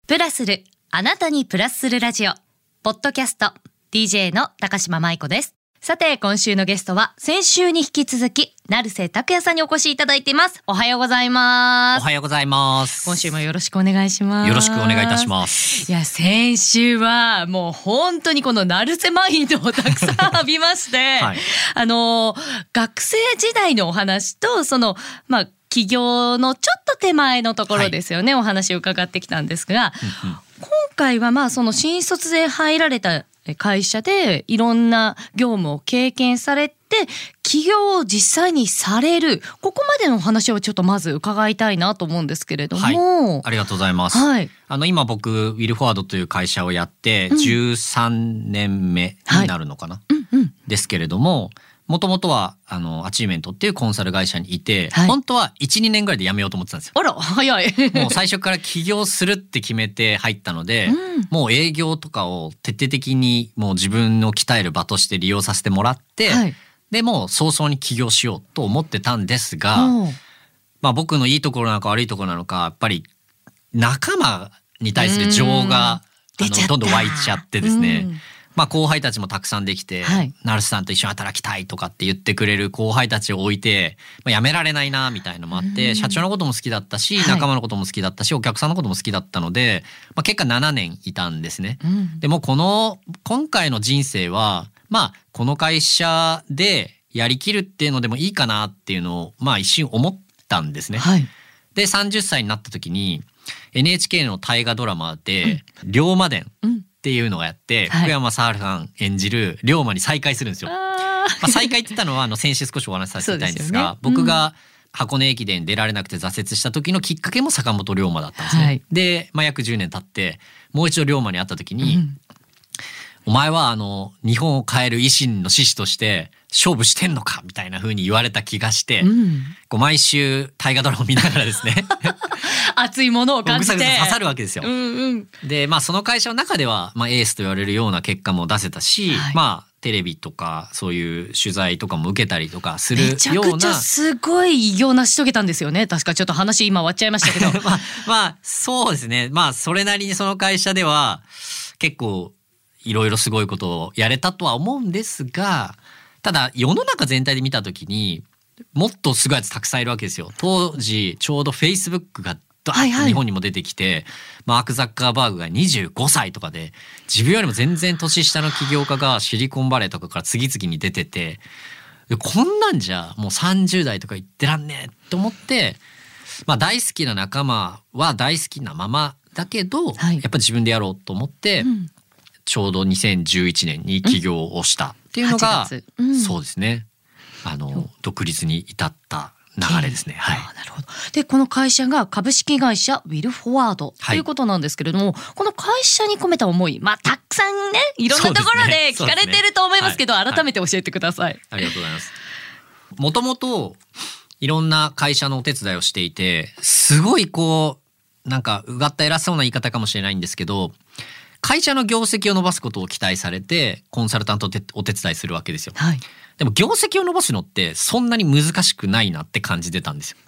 プラスる、あなたにプラスするラジオポッドキャスト DJ の高島舞子です。さて今週のゲストは先週に引き続き成瀬拓也さんにお越しいただいています。おはようございます。 おはようございます。 今週もよろしくお願いします。 よろしくお願いいたします。 いや先週はもう本当にこの成瀬マインドをたくさん浴びまして、はい、学生時代のお話と起業のちょっと手前のところですよね、はい、お話を伺ってきたんですが、今回はその新卒で入られた会社でいろんな業務を経験されて起業を実際にされる、ここまでのお話をちょっとまず伺いたいなと思うんですけれども、 はい、ありがとうございます、はい、今僕ウィルフォワードという会社をやって13年目になるのかな、ですけれども、もともとはアチーメントっていうコンサル会社にいて、はい、本当は 1,2 年ぐらいで辞めようと思ってたんですよ。 あら早いもう最初から起業するって決めて入ったので、もう営業とかを徹底的にもう自分を鍛える場として利用させてもらって、はい、でもう早々に起業しようと思ってたんですが、僕のいいところなのか悪いところなのか、やっぱり仲間に対する情がどんどん湧いちゃってですね、後輩たちもたくさんできて、はい、成瀬さんと一緒に働きたいとかって言ってくれる後輩たちを置いて、辞められないなみたいのもあって、社長のことも好きだったし、仲間のことも好きだったし、お客さんのことも好きだったので、結果7年いたんですね。でも今回の人生はこの会社でやりきるっていうのでもいいかなっていうのを一瞬思ったんですね。はい、で30歳になった時に NHK の大河ドラマで龍馬伝っていうのをやって、福山雅治さん演じる龍馬に再会するんですよ。再会って言ったのは先週少しお話しさせていただいたんですが、僕が箱根駅伝出られなくて挫折した時のきっかけも坂本龍馬だったんですね。はい、で、約10年経ってもう一度龍馬に会った時に、お前は日本を変える維新の志士として勝負してんのかみたいな風に言われた気がして、毎週大河ドラマを見ながらですね熱いものを感じてぐさぐさ刺さるわけですよ。でその会社の中では、エースと言われるような結果も出せたし、はい、テレビとかそういう取材とかも受けたりとかするような、めちゃくちゃすごい偉業成し遂げたんですよね。確かちょっと話今終わっちゃいましたけどそうですね。それなりにその会社では結構いろいろすごいことをやれたとは思うんですが、ただ世の中全体で見た時にもっとすごいやつたくさんいるわけですよ。当時ちょうど Facebook がドーッと日本にも出てきて、マーク・ザッカーバーグが25歳とかで、自分よりも全然年下の起業家がシリコンバレーとかから次々に出てて、こんなんじゃもう30代とか言ってらんねえと思って、大好きな仲間は大好きなままだけど、やっぱ自分でやろうと思って、ちょうど2011年に起業をしたっていうのが、そうですね、独立に至った流れですね。はい、 なるほど。でこの会社が株式会社ウィルフォワードということなんですけれども、この会社に込めた思い、たくさんね、いろんなところで聞かれていると思いますけど、改めて教えてください。 ありがとうございます。もともといろんな会社のお手伝いをしていて、すごいうがった偉そうな言い方かもしれないんですけど、会社の業績を伸ばすことを期待されてコンサルタントお手伝いするわけですよ。はい、でも業績を伸ばすのってそんなに難しくないなって感じてたんですよ。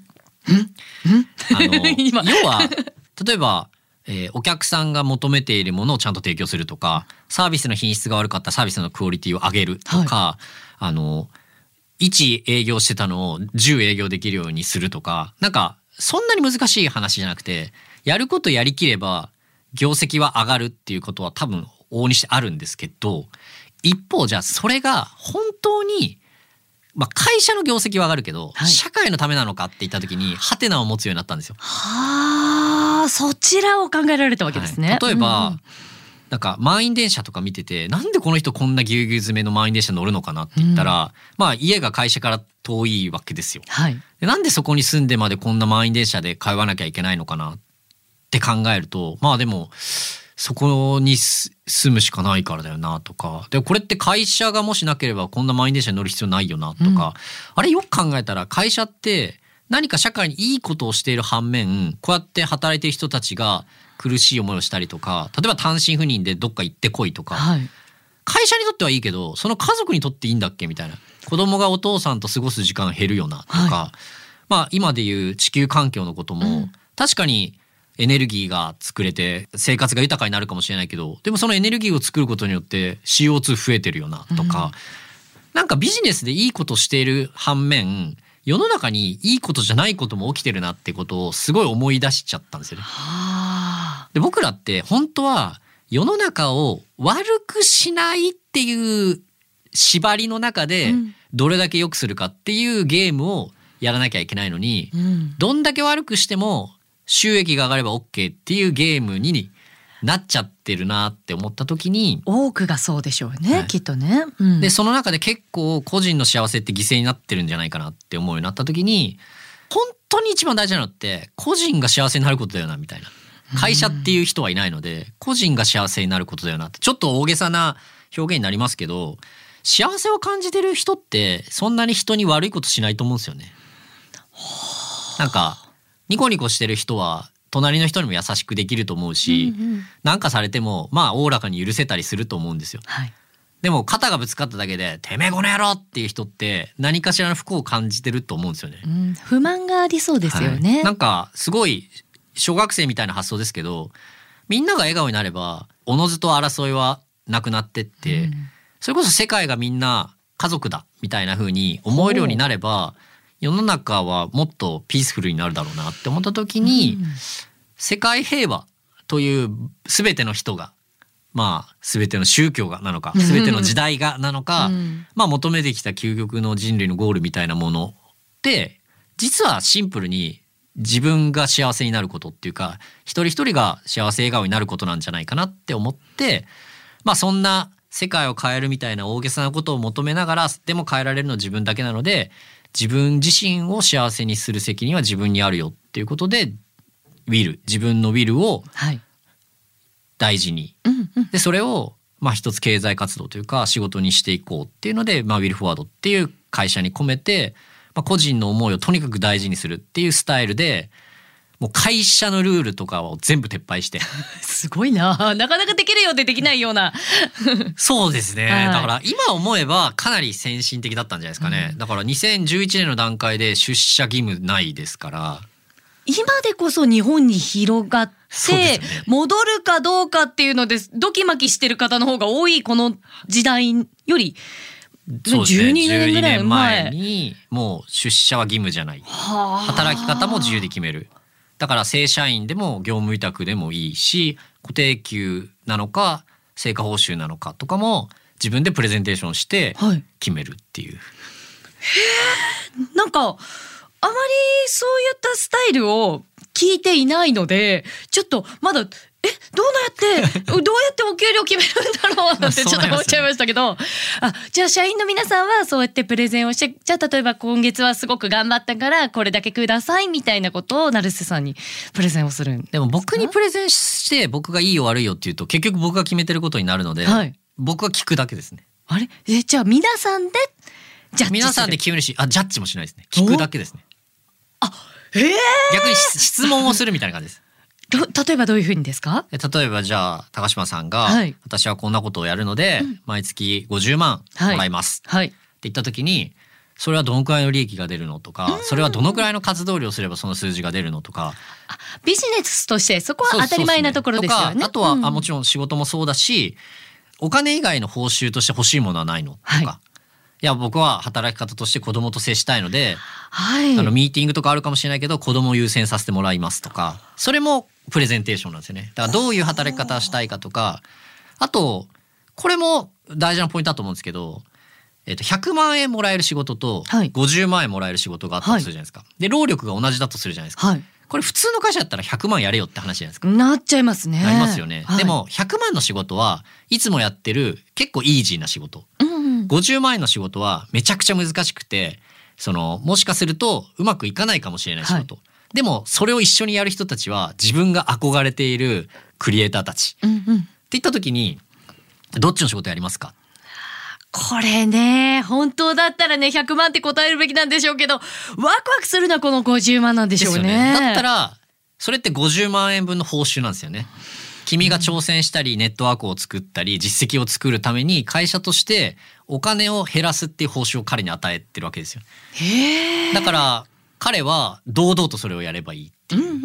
要は例えば、お客さんが求めているものをちゃんと提供するとか、サービスの品質が悪かったらサービスのクオリティを上げるとか、1営業してたのを10営業できるようにするとか、そんなに難しい話じゃなくて、やることやりきれば業績は上がるっていうことは多分往々にしてあるんですけど、一方じゃあそれが本当に、会社の業績は上がるけど、社会のためなのかって言った時にハテナを持つようになったんですよ。 そちらを考えられたわけですね。 例えば、満員電車とか見てて、なんでこの人こんなぎゅうぎゅう詰めの満員電車乗るのかなって言ったら、家が会社から遠いわけですよ。でなんでそこに住んでまでこんな満員電車で通わなきゃいけないのかなって考えると、でもそこに住むしかないからだよなとか、でこれって会社がもしなければこんな満員電車に乗る必要ないよなとか、あれよく考えたら会社って何か社会にいいことをしている反面、こうやって働いている人たちが苦しい思いをしたりとか、例えば単身赴任でどっか行ってこいとか、会社にとってはいいけどその家族にとっていいんだっけみたいな、子供がお父さんと過ごす時間減るよなとか、今でいう地球環境のことも、確かにエネルギーが作れて生活が豊かになるかもしれないけど、でもそのエネルギーを作ることによって CO2 増えてるよなとか、なんかビジネスでいいことしている反面、世の中にいいことじゃないことも起きてるなってことをすごい思い出しちゃったんですよね。で、僕らって本当は世の中を悪くしないっていう縛りの中でどれだけ良くするかっていうゲームをやらなきゃいけないのに、どんだけ悪くしても収益が上がれば OK っていうゲームになっちゃってるなって思った時に、 多くがそうでしょうね、きっとね。 でその中で結構個人の幸せって犠牲になってるんじゃないかなって思うようになった時に、本当に一番大事なのって個人が幸せになることだよなみたいな。会社っていう人はいないので個人が幸せになることだよなって、ちょっと大げさな表現になりますけど、幸せを感じてる人ってそんなに人に悪いことしないと思うんですよね。なんかニコニコしてる人は隣の人にも優しくできると思うし、なんかされてもまあおおらかに許せたりすると思うんですよ。でも肩がぶつかっただけでてめえこの野郎っていう人って何かしらの不幸を感じてると思うんですよね。 不満がありそうですよね。 なんかすごい小学生みたいな発想ですけど、みんなが笑顔になればおのずと争いはなくなってって、それこそ世界がみんな家族だみたいな風に思えるようになれば、世の中はもっとピースフルになるだろうなって思った時に、世界平和という全ての人が、まあ全ての宗教がなのか全ての時代がなのか、まあ求めてきた究極の人類のゴールみたいなものって実はシンプルに自分が幸せになることっていうか、一人一人が幸せ笑顔になることなんじゃないかなって思って、まあそんな世界を変えるみたいな大げさなことを求めながら、でも変えられるのは自分だけなので、自分自身を幸せにする責任は自分にあるよっていうことで、自分のウィルを大事に、でそれをまあ一つ経済活動というか仕事にしていこうっていうので、まあウィルフォワードっていう会社に込めて、まあ、個人の思いをとにかく大事にするっていうスタイルで、もう会社のルールとかを全部撤廃してすごいな、なかなかできるようでできないようなそうですね、だから今思えばかなり先進的だったんじゃないですかね。だから2011年の段階で出社義務ないですから、 今でこそ日本に広がって、戻るかどうかっていうのでドキマキしてる方の方が多いこの時代より、 そうですね、12年前にもう出社は義務じゃない、働き方も自由で決める。だから正社員でも業務委託でもいいし、固定給なのか成果報酬なのかとかも自分でプレゼンテーションして決めるっていう、 なんかあまりそういったスタイルを聞いていないので、ちょっとまだどうやってお給料決めるんだろうってちょっと思っちゃいましたけど、じゃあ社員の皆さんはそうやってプレゼンをして、じゃあ例えば今月はすごく頑張ったからこれだけくださいみたいなことを成瀬さんにプレゼンをするんですか？ でも僕にプレゼンして僕がいいよ悪いよっていうと結局僕が決めてることになるので、僕は聞くだけですね。 あれじゃあ皆さんでジャッジする？皆さんで決めるし、ジャッジもしないですね。聞くだけですね。逆に質問をするみたいな感じです。 例えばどういうふうにですか？ 例えばじゃあ高島さんが、私はこんなことをやるので、毎月50万もらいます、って言った時に、それはどのくらいの利益が出るのとか、それはどのくらいの活動量すればその数字が出るのとか、 ビジネスとしてそこは当たり前なところですよね。 あとは、もちろん仕事もそうだし、お金以外の報酬として欲しいものはないのとか、いや僕は働き方として子供と接したいので、ミーティングとかあるかもしれないけど子供を優先させてもらいますとか、それもプレゼンテーションなんですよね。だからどういう働き方をしたいかとか、あとこれも大事なポイントだと思うんですけど、100万円もらえる仕事と50万円もらえる仕事があったとするじゃないですか。で労力が同じだとするじゃないですか。これ普通の会社だったら100万やれよって話じゃないですか。 なっちゃいますね。 なりますよね。でも100万の仕事はいつもやってる結構イージーな仕事。50万円の仕事はめちゃくちゃ難しくて、もしかするとうまくいかないかもしれない仕事。でもそれを一緒にやる人たちは自分が憧れているクリエイターたち。って言った時にどっちの仕事やりますか？ これね、本当だったらね100万って答えるべきなんでしょうけど、ワクワクするのはこの50万なんでしょうね。 だったらそれって50万円分の報酬なんですよね。君が挑戦したりネットワークを作ったり実績を作るために会社としてお金を減らすっていう報酬を彼に与えてるわけですよ。だから彼は堂々とそれをやればいいっていう。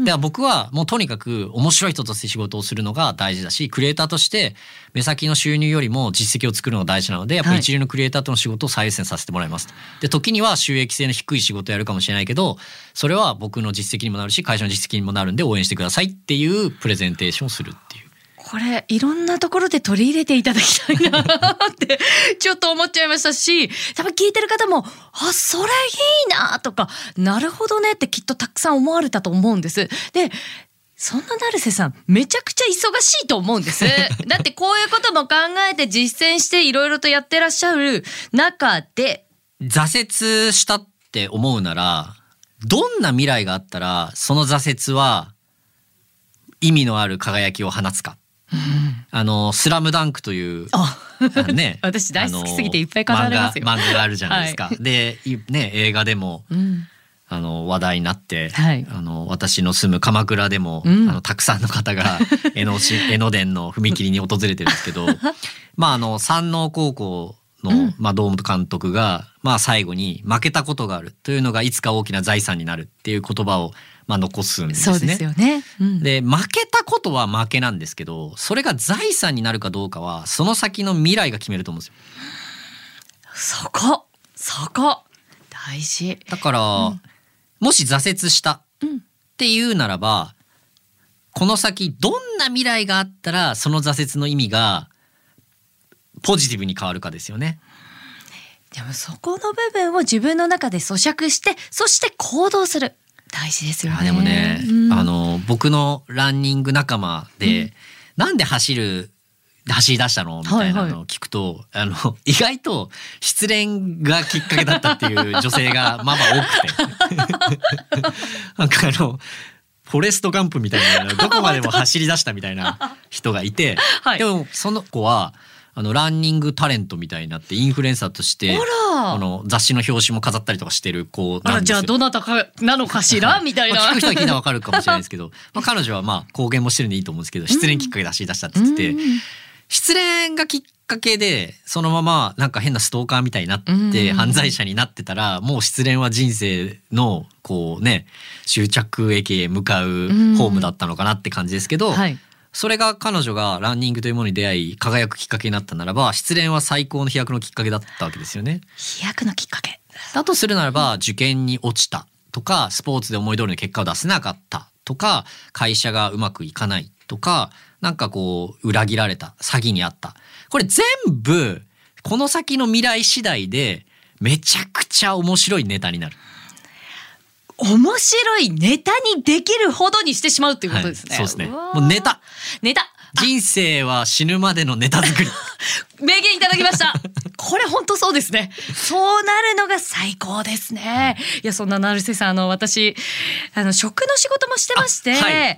で僕はもうとにかく面白い人として仕事をするのが大事だし、クリエイターとして目先の収入よりも実績を作るのが大事なので、やっぱり一流のクリエイターとの仕事を最優先させてもらいます。で時には収益性の低い仕事をやるかもしれないけど、それは僕の実績にもなるし会社の実績にもなるんで応援してくださいっていうプレゼンテーションをするっていう。 これいろんなところで取り入れていただきたいなってちょっと思っちゃいましたし、多分聞いてる方もそれいいなとか、なるほどねってきっとたくさん思われたと思うんです。でそんな成瀬さんめちゃくちゃ忙しいと思うんです。だってこういうことも考えて実践していろいろとやってらっしゃる中で、 挫折したって思うなら、どんな未来があったらその挫折は意味のある輝きを放つか。スラムダンクというね、私大好きすぎていっぱい語られますよ。 漫画があるじゃないですか。で、ね、映画でも、話題になって、私の住む鎌倉でも、たくさんの方が江ノ電の踏切に訪れてるんですけど山王高校の、堂本監督が、最後に負けたことがあるというのがいつか大きな財産になるっていう言葉を残すんですね。 そうですよね。 で負けたことは負けなんですけど、それが財産になるかどうかはその先の未来が決めると思うんですよ。 そこ大事だから、もし挫折したっていうならば、この先どんな未来があったらその挫折の意味がポジティブに変わるかですよね。 でもそこの部分を自分の中で咀嚼して、そして行動する、大事ですよね。 でもね、僕のランニング仲間で、なんで走り出したのみたいなのを聞くと、意外と失恋がきっかけだったっていう女性がまあ多くてなんかフォレストガンプみたいなどこまでも走り出したみたいな人がいて、でもその子はランニングタレントみたいになってインフルエンサーとして雑誌の表紙も飾ったりとかしてる子なんですよ。 じゃあどなたかなのかしらみたいな聞く人は聞いたら分かるかもしれないですけど彼女は公言もしてるんでいいと思うんですけど、失恋きっかけで走り出したって言ってて、失恋がきっかけでそのままなんか変なストーカーみたいになって犯罪者になってたら、もう失恋は人生の終着駅へ向かうホームだったのかなって感じですけど、それが彼女がランニングというものに出会い輝くきっかけになったならば、失恋は最高の飛躍のきっかけだったわけですよね。 飛躍のきっかけだとするならば、受験に落ちたとか、スポーツで思い通りの結果を出せなかったとか、会社がうまくいかないとか、なんか裏切られた、詐欺にあった、これ全部この先の未来次第でめちゃくちゃ面白いネタになる。 面白いネタにできるほどにしてしまうっていうことですね。 そうですね。もうネタ人生は死ぬまでのネタ作り名言いただきましたこれ本当そうですね。そうなるのが最高ですね。いや、そんな成瀬さん、私食の仕事もしてまして、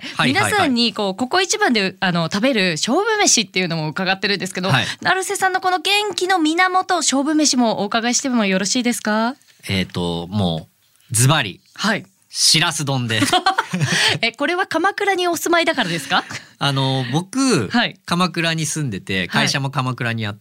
皆さんにここ一番で食べる勝負飯っていうのも伺ってるんですけど、成瀬さんのこの元気の源、勝負飯もお伺いしてもよろしいですか？ もうズバリ、しらす丼でこれは鎌倉にお住まいだからですか？ 僕、鎌倉に住んでて、会社も鎌倉にあって、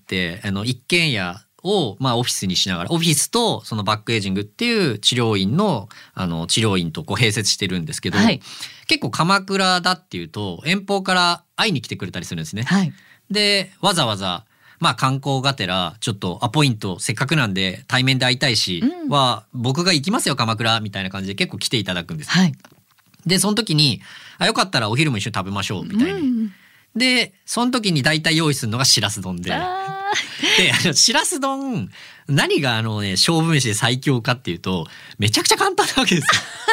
一軒家をオフィスにしながら、オフィスとそのバックエイジングっていう治療院の治療院と併設してるんですけど、結構鎌倉だっていうと遠方から会いに来てくれたりするんですね。でわざわざ観光がてらちょっとアポイントせっかくなんで対面で会いたいし、僕が行きますよ鎌倉みたいな感じで結構来ていただくんです。でその時によかったらお昼も一緒に食べましょうみたいに、でその時に大体用意するのがしらす丼で、しらす丼何が勝負飯で最強かっていうと、めちゃくちゃ簡単なわけですよ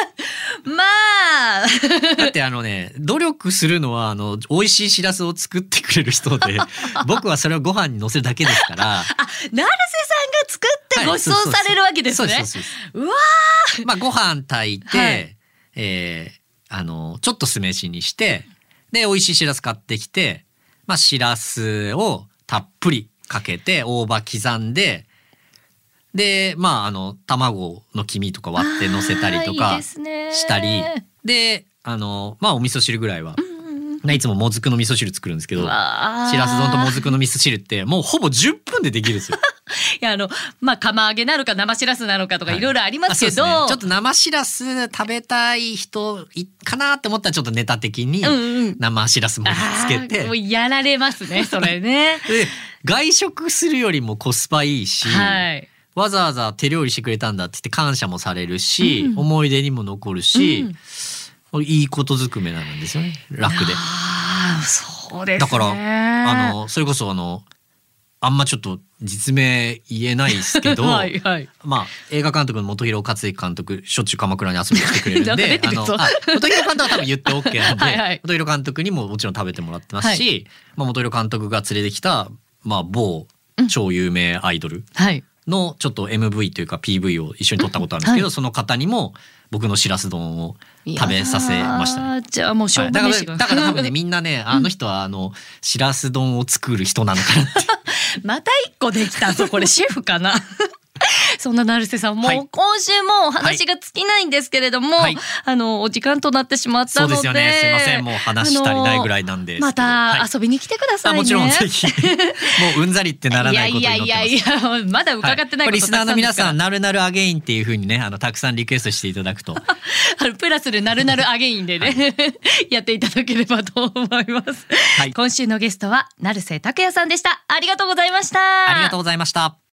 だって努力するのは美味しいしらすを作ってくれる人で僕はそれをご飯に乗せるだけですから成瀬さんが作ってご馳走されるわけですね。うわー、ご飯炊いて、ちょっと酢飯にして、で美味しいしらす買ってきて、しらすをたっぷりかけて大葉刻んで、で卵の黄身とか割って乗せたりとかしたりで、お味噌汁ぐらいは、いつももずくの味噌汁作るんですけど、しらす丼ともずくの味噌汁ってもうほぼ10分でできるんですよや釜揚げなのか生しらすなのかとかいろいろありますけど、 ちょっと生しらす食べたい人かなって思ったらちょっとネタ的に生しらす盛り付けて、 もうやられますねそれね。 で外食するよりもコスパいいし、わざわざ手料理してくれたんだって言って感謝もされるし、思い出にも残るし、いいことずくめなんですよね、楽で。 そうですね。 だからそれこそあんまちょっと実名言えないですけどまあ映画監督の本広克行監督しょっちゅう鎌倉に遊びに来てくれるんで本広監督は多分言って OK なんで本広監督にももちろん食べてもらってますし、本広監督が連れてきた、某超有名アイドルのちょっと MV というか PV を一緒に撮ったことあるんですけど、その方にも僕のしらす丼を食べさせましたね。 じゃあもう勝負飯が、 だから多分ねみんなねあの人はしらす丼を作る人なのかなってまた一個できたぞこれシェフかなそんな成瀬さんもう今週も話が尽きないんですけれども、お時間となってしまったので、 そうですよね、すいません、もう話足りないぐらいなんですけど、 また遊びに来てくださいね。 もちろんぜひもううんざりってならないことに祈ってます。 まだ伺ってないことたくさんですから、 リスナーの皆さんなるなるアゲインっていう風にねたくさんリクエストしていただくとプラスでなるなるアゲインでね、やっていただければと思います、今週のゲストは成瀬拓也さんでした。ありがとうございました。 ありがとうございました。